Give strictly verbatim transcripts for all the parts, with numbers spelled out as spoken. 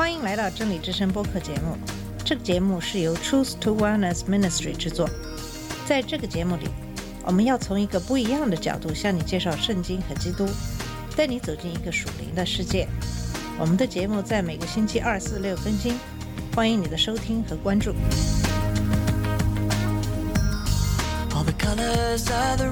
欢迎来到真理之声播客节目。这个节目是由 Truth to Wellness Ministry 制作。在这个节目里，我们要从一个不一样的角度向你介绍圣经和基督，带你走进一个属灵的世界。我们的节目在每个星期二、四、六更新，欢迎你的收听和关注。All the colors of the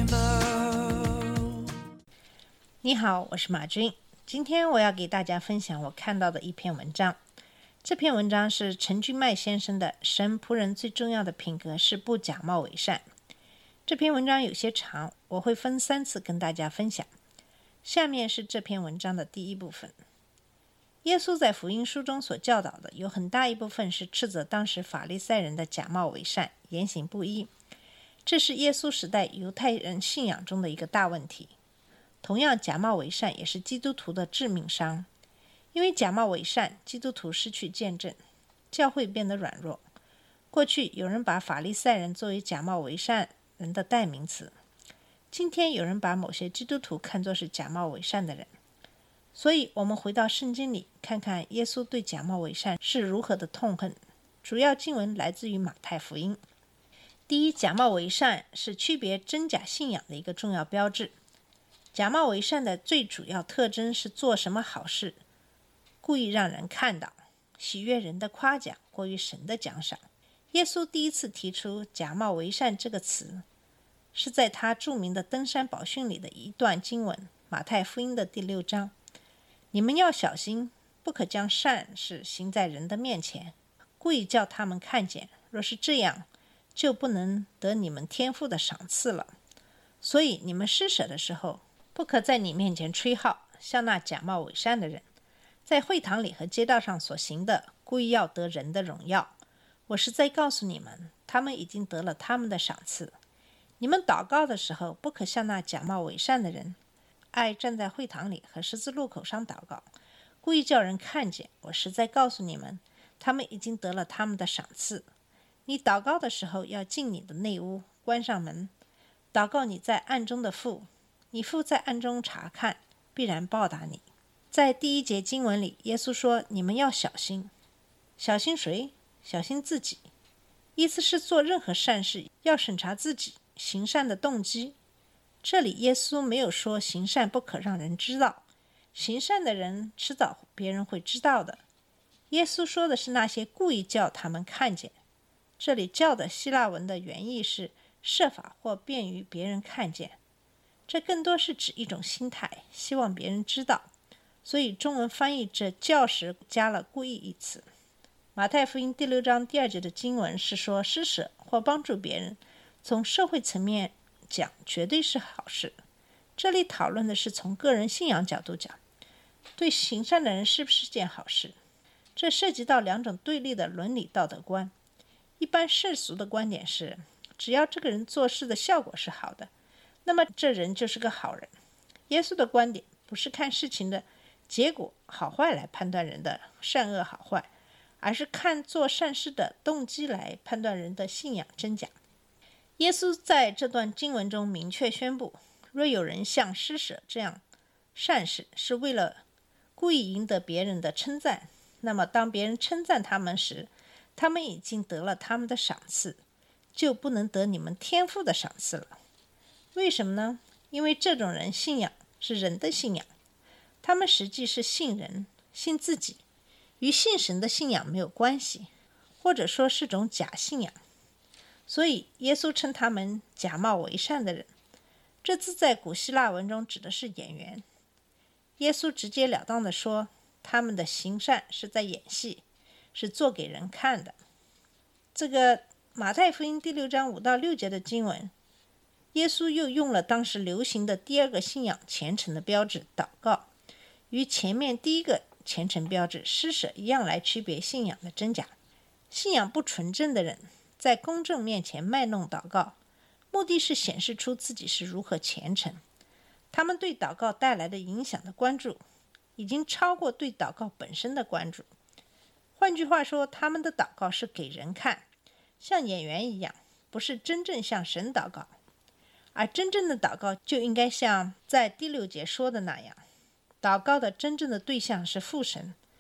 rainbow。 你好，我是马君。今天我要给大家分享我看到的一篇文章。这篇文章是陈君迈先生的《神仆人最重要的品格是不假冒伪善》。这篇文章有些长，我会分三次跟大家分享。下面是这篇文章的第一部分。耶稣在福音书中所教导的有很大一部分是斥责当时法利赛人的假冒伪善、言行不一。这是耶稣时代犹太人信仰中的一个大问题。同样，假冒伪善也是基督徒的致命伤。因为假冒伪善，基督徒失去见证，教会变得软弱。过去有人把法利赛人作为假冒伪善人的代名词，今天有人把某些基督徒看作是假冒伪善的人。所以我们回到圣经里，看看耶稣对假冒伪善是如何的痛恨。主要经文来自于马太福音。第一，假冒伪善是区别真假信仰的一个重要标志。假冒伪善的最主要特征是做什么好事故意让人看到，喜悦人的夸奖过于神的奖赏。耶稣第一次提出假冒伪善这个词，是在他著名的登山宝训里的一段经文，马太福音的第六章。你们要小心，不可将善事行在人的面前，故意叫他们看见，若是这样，就不能得你们天父的赏赐了。所以你们施舍的时候，不可在你面前吹号，像那假冒伪善的人在会堂里和街道上所行的，故意要得人的荣耀。我实在告诉你们，他们已经得了他们的赏赐。你们祷告的时候，不可像那假冒伪善的人，爱站在会堂里和十字路口上祷告，故意叫人看见。我实在告诉你们，他们已经得了他们的赏赐。你祷告的时候，要进你的内屋，关上门，祷告你在暗中的父，你父在暗中查看，必然报答你。在第一节经文里，耶稣说，你们要小心。小心谁？小心自己。意思是做任何善事要审查自己行善的动机。这里耶稣没有说行善不可让人知道，行善的人迟早别人会知道的。耶稣说的是那些故意叫他们看见。这里叫的希腊文的原意是设法或便于别人看见，这更多是指一种心态，希望别人知道。所以中文翻译这教时加了故意一词。马太福音第六章第二节的经文是说，施舍或帮助别人，从社会层面讲绝对是好事。这里讨论的是从个人信仰角度讲，对行善的人是不是件好事。这涉及到两种对立的伦理道德观。一般世俗的观点是，只要这个人做事的效果是好的，那么这人就是个好人。耶稣的观点不是看事情的结果好坏来判断人的善恶好坏，而是看做善事的动机来判断人的信仰真假。耶稣在这段经文中明确宣布，若有人像施舍这样善事是为了故意赢得别人的称赞，那么当别人称赞他们时，他们已经得了他们的赏赐，就不能得你们天父的赏赐了。为什么呢？因为这种人信仰是人的信仰，他们实际是信人，信自己，与信神的信仰没有关系，或者说是种假信仰。所以耶稣称他们假冒伪善的人。这字在古希腊文中指的是演员。耶稣直截了当地说，他们的行善是在演戏，是做给人看的。这个马太福音第六章五到六节的经文，耶稣又用了当时流行的第二个信仰虔诚的标志祷告，与前面第一个虔诚标志施舍一样来区别信仰的真假。信仰不纯正的人在公众面前卖弄祷告，目的是显示出自己是如何虔诚。他们对祷告带来的影响的关注已经超过对祷告本身的关注。换句话说，他们的祷告是给人看，像演员一样，不是真正向神祷告。而真正的祷告就应该像在第六节说的那样，祷告的真正的对象是父神，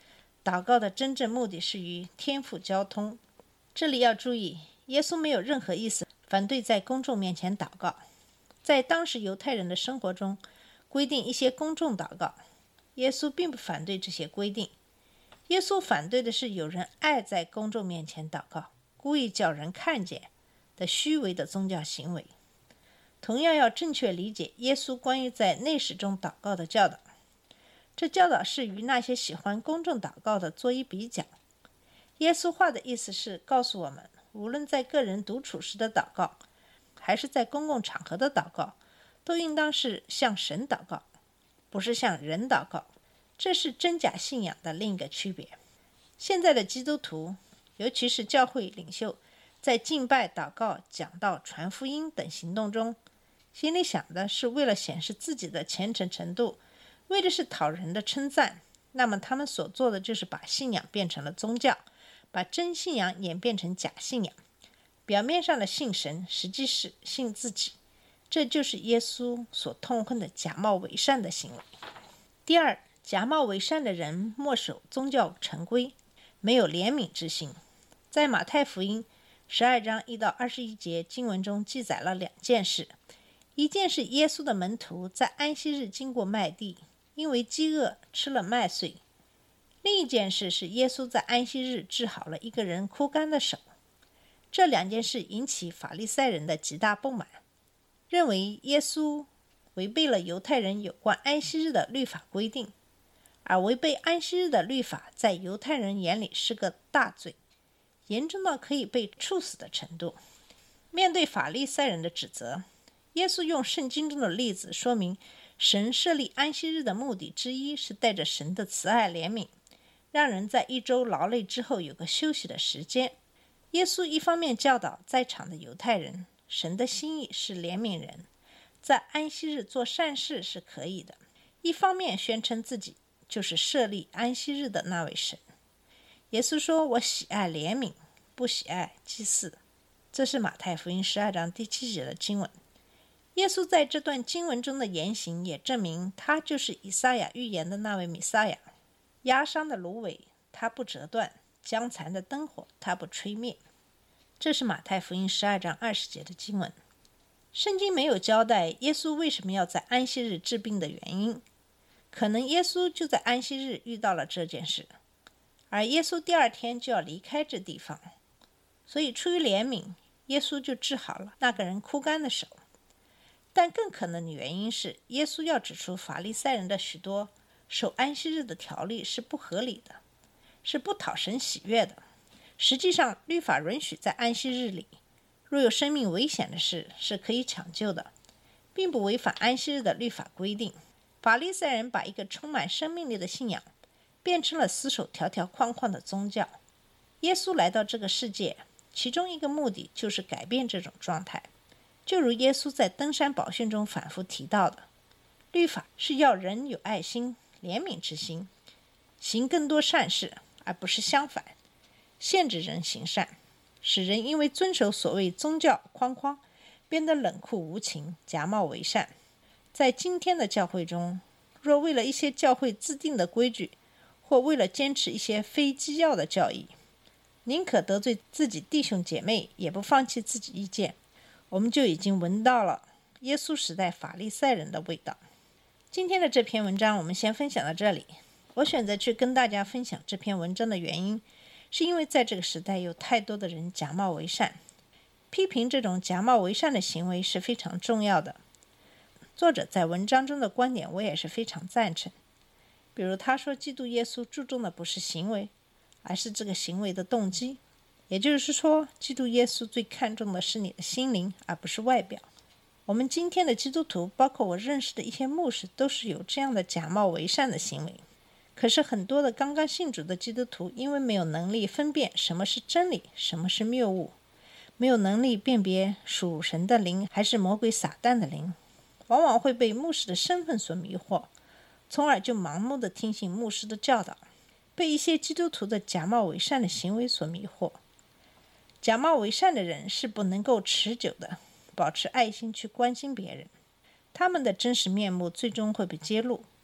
祷告的真正目的是与天父交通。这里要注意，耶稣没有任何意思反对在公众面前祷告。在当时犹太人的生活中，规定一些公众祷告，耶稣并不反对这些规定。耶稣反对的是有人爱在公众面前祷告，故意叫人看见的虚伪的宗教行为。同样要正确理解耶稣关于在内室中祷告的教导。这教导是与那些喜欢公众祷告的做一比较。耶稣话的意思是告诉我们，无论在个人独处时的祷告，还是在公共场合的祷告，都应当是向神祷告，不是向人祷告。这是真假信仰的另一个区别。现在的基督徒，尤其是教会领袖，在敬拜、祷告、讲道、传福音等行动中，心里想的是为了显示自己的虔诚程度，为的是讨人的称赞，那么他们所做的就是把信仰变成了宗教，把真信仰演变成假信仰。表面上的信神，实际是信自己，这就是耶稣所痛恨的假冒伪善的行为。第二，假冒伪善的人默守宗教陈规，没有怜悯之心。在马太福音十二章一到二十一节经文中记载了两件事。一件是耶稣的门徒在安息日经过麦地，因为饥饿吃了麦穗。另一件事是耶稣在安息日治好了一个人枯干的手。这两件事引起法利赛人的极大不满，认为耶稣违背了犹太人有关安息日的律法规定，而违背安息日的律法在犹太人眼里是个大罪，严重到可以被处死的程度。面对法利赛人的指责，耶稣用圣经中的例子说明，神设立安息日的目的之一是带着神的慈爱怜悯，让人在一周劳累之后有个休息的时间。耶稣一方面教导在场的犹太人，神的心意是怜悯人，在安息日做善事是可以的，一方面宣称自己就是设立安息日的那位神。耶稣说，我喜爱怜悯，不喜爱祭祀。这是马太福音十二章第七节的经文。耶稣在这段经文中的言行也证明他就是以赛亚预言的那位弥撒亚。压伤的芦苇他不折断，将残的灯火他不吹灭。这是马太福音十二章二十节的经文。圣经没有交代耶稣为什么要在安息日治病的原因，可能耶稣就在安息日遇到了这件事，而耶稣第二天就要离开这地方，所以出于怜悯，耶稣就治好了那个人枯干的手。但更可能的原因是，耶稣要指出法利赛人的许多守安息日的条例是不合理的，是不讨神喜悦的。实际上，律法允许在安息日里，若有生命危险的事是可以抢救的，并不违反安息日的律法规定。法利赛人把一个充满生命力的信仰变成了死守条条框框的宗教。耶稣来到这个世界，其中一个目的就是改变这种状态。就如耶稣在登山宝训中反复提到的，律法是要人有爱心、怜悯之心，行更多善事，而不是相反，限制人行善，使人因为遵守所谓宗教框框，变得冷酷无情、假冒伪善。在今天的教会中，若为了一些教会自定的规矩，或为了坚持一些非基要的教义，宁可得罪自己弟兄姐妹，也不放弃自己意见，我们就已经闻到了耶稣时代法利赛人的味道。今天的这篇文章我们先分享到这里。我选择去跟大家分享这篇文章的原因，是因为在这个时代有太多的人假冒为善，批评这种假冒为善的行为是非常重要的。作者在文章中的观点我也是非常赞成，比如他说基督耶稣注重的不是行为，而是这个行为的动机，也就是说，基督耶稣最看重的是你的心灵，而不是外表。我们今天的基督徒，包括我认识的一些牧师，都是有这样的假冒为善的行为。可是很多的刚刚信主的基督徒，因为没有能力分辨什么是真理，什么是谬误，没有能力辨别属神的灵还是魔鬼撒旦的灵，往往会被牧师的身份所迷惑，从而就盲目的听信牧师的教导，被一些基督徒的假冒为善的行为所迷惑。假冒为善的人是不能够持久的保持爱心去关心别人，他们的真实面目最终会被揭露。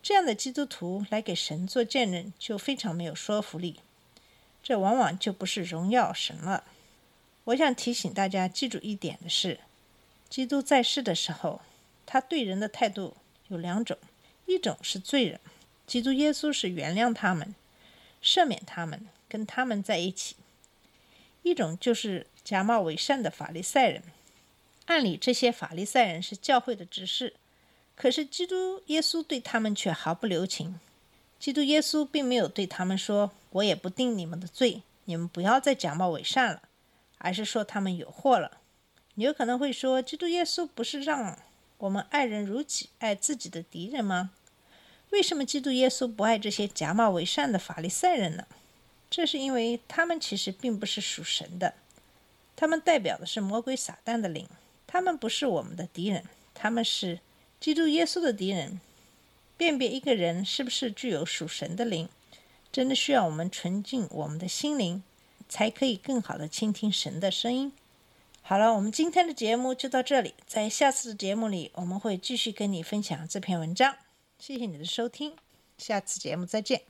这样的基督徒来给神做见证就非常没有说服力，这往往就不是荣耀神了。我想提醒大家记住一点的是，基督在世的时候，他对人的态度有两种，一种是罪人，基督耶稣是原谅他们，赦免他们，跟他们在一起；一种就是假冒伪善的法利赛人。按理这些法利赛人是教会的执事，可是基督耶稣对他们却毫不留情。基督耶稣并没有对他们说，我也不定你们的罪，你们不要再假冒伪善了，而是说他们有祸了。你有可能会说，基督耶稣不是让我们爱人如己，爱自己的敌人吗？为什么基督耶稣不爱这些假冒伪善的法利赛人呢？这是因为他们其实并不是属神的，他们代表的是魔鬼撒旦的灵，他们不是我们的敌人，他们是基督耶稣的敌人。辨别一个人是不是具有属神的灵，真的需要我们纯净我们的心灵，才可以更好的倾听神的声音。好了，我们今天的节目就到这里，在下次的节目里，我们会继续跟你分享这篇文章。谢谢你的收听，下次节目再见。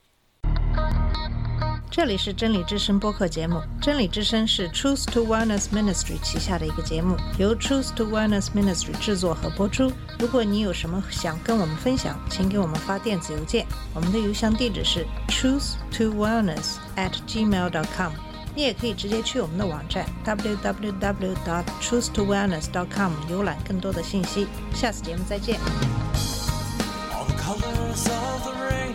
这里是真理之声播客节目，真理之声是 Truth to Wellness Ministry 旗下的一个节目，由 Truth to Wellness Ministry 制作和播出。如果你有什么想跟我们分享，请给我们发电子邮件，我们的邮箱地址是 truth to wellness at gmail dot com。 你也可以直接去我们的网站 double-u double-u double-u dot truth to wellness dot com 浏览更多的信息。下次节目再见。All the colors of the rainbow